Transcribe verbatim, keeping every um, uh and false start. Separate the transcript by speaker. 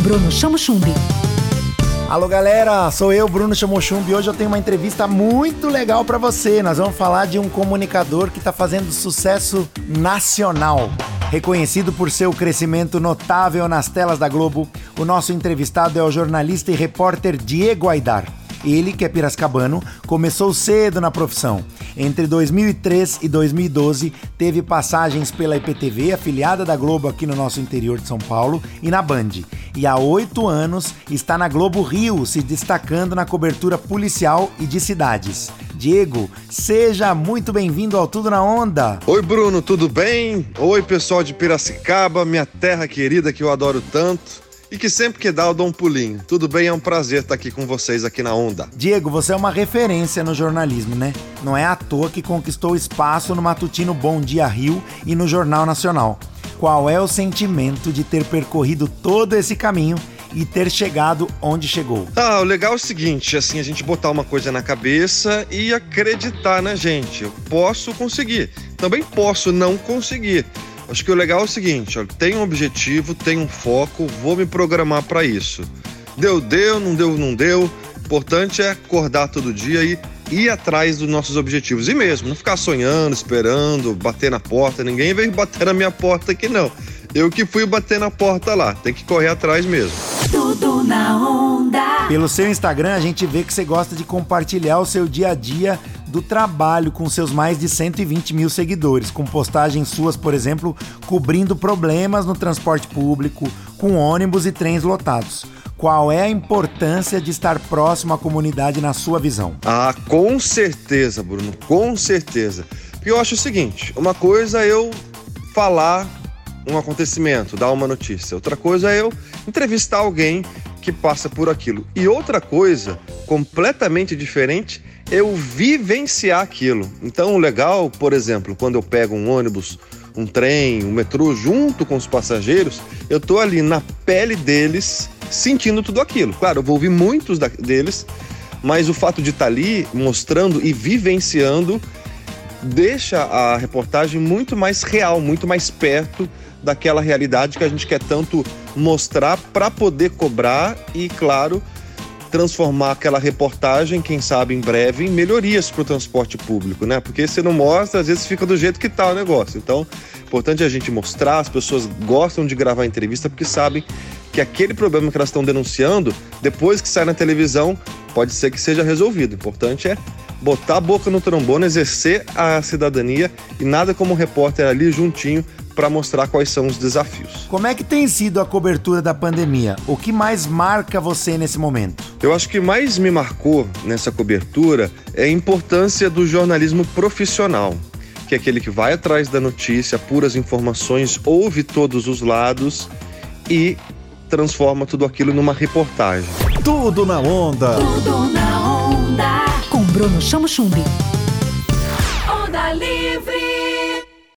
Speaker 1: Bruno Chamo Chumbi.
Speaker 2: Alô galera, sou eu, Bruno Chamo Chumbi. Hoje eu tenho uma entrevista muito legal pra você. Nós vamos falar de um comunicador que tá fazendo sucesso nacional. Reconhecido por seu crescimento notável nas telas da Globo, o nosso entrevistado é o jornalista e repórter Diego Aidar. Ele, que é piracicabano, começou cedo na profissão. Entre dois mil e três e dois mil e doze, teve passagens pela I P T V, afiliada da Globo aqui no nosso interior de São Paulo, e na Band. E há oito anos está na Globo Rio, se destacando na cobertura policial e de cidades. Diego, seja muito bem-vindo ao Tudo na Onda.
Speaker 3: Oi, Bruno, tudo bem? Oi, pessoal de Piracicaba, minha terra querida que eu adoro tanto. E que sempre que dá eu dou um pulinho. Tudo bem? É um prazer estar aqui com vocês aqui na Onda.
Speaker 2: Diego, você é uma referência no jornalismo, né? Não é à toa que conquistou espaço no matutino Bom Dia Rio e no Jornal Nacional. Qual é o sentimento de ter percorrido todo esse caminho e ter chegado onde chegou?
Speaker 3: Ah, o legal é o seguinte, assim, a gente botar uma coisa na cabeça e acreditar, né, gente? Eu posso conseguir. Também posso não conseguir. Acho que o legal é o seguinte, ó, tem um objetivo, tem um foco, vou me programar para isso. Deu, deu, não deu, não deu. O importante é acordar todo dia e ir atrás dos nossos objetivos. E mesmo, não ficar sonhando, esperando, bater na porta. Ninguém veio bater na minha porta aqui, não. Eu que fui bater na porta lá. Tem que correr atrás mesmo.
Speaker 1: Tudo na Onda.
Speaker 2: Pelo seu Instagram, a gente vê que você gosta de compartilhar o seu dia a dia do trabalho com seus mais de cento e vinte mil seguidores, com postagens suas, por exemplo, cobrindo problemas no transporte público, com ônibus e trens lotados. Qual é a importância de estar próximo à comunidade na sua visão?
Speaker 3: Ah, com certeza, Bruno, com certeza. Porque eu acho o seguinte, uma coisa é eu falar um acontecimento, dar uma notícia. Outra coisa é eu entrevistar alguém que passa por aquilo. E outra coisa, completamente diferente, é eu vivenciar aquilo. Então, o legal, por exemplo, quando eu pego um ônibus, um trem, um metrô, junto com os passageiros, eu tô ali na pele deles, sentindo tudo aquilo. Claro, eu vou ouvir muitos da- deles, mas o fato de estar ali, mostrando e vivenciando, deixa a reportagem muito mais real, muito mais perto daquela realidade que a gente quer tanto mostrar para poder cobrar e, claro, transformar aquela reportagem, quem sabe em breve, em melhorias para o transporte público, né? Porque se não mostra, às vezes fica do jeito que tá o negócio. Então, importante é a gente mostrar, as pessoas gostam de gravar entrevista porque sabem que aquele problema que elas estão denunciando, depois que sai na televisão, pode ser que seja resolvido. O importante é botar a boca no trombone, exercer a cidadania e nada como um repórter ali juntinho para mostrar quais são os desafios.
Speaker 2: Como é que tem sido a cobertura da pandemia? O que mais marca você nesse momento?
Speaker 3: Eu acho que mais me marcou nessa cobertura é a importância do jornalismo profissional, que é aquele que vai atrás da notícia, apura as informações, ouve todos os lados e transforma tudo aquilo numa reportagem.
Speaker 4: Tudo na Onda.
Speaker 1: Tudo na Onda. Com Bruno Chamo Chumbi. Onda Livre.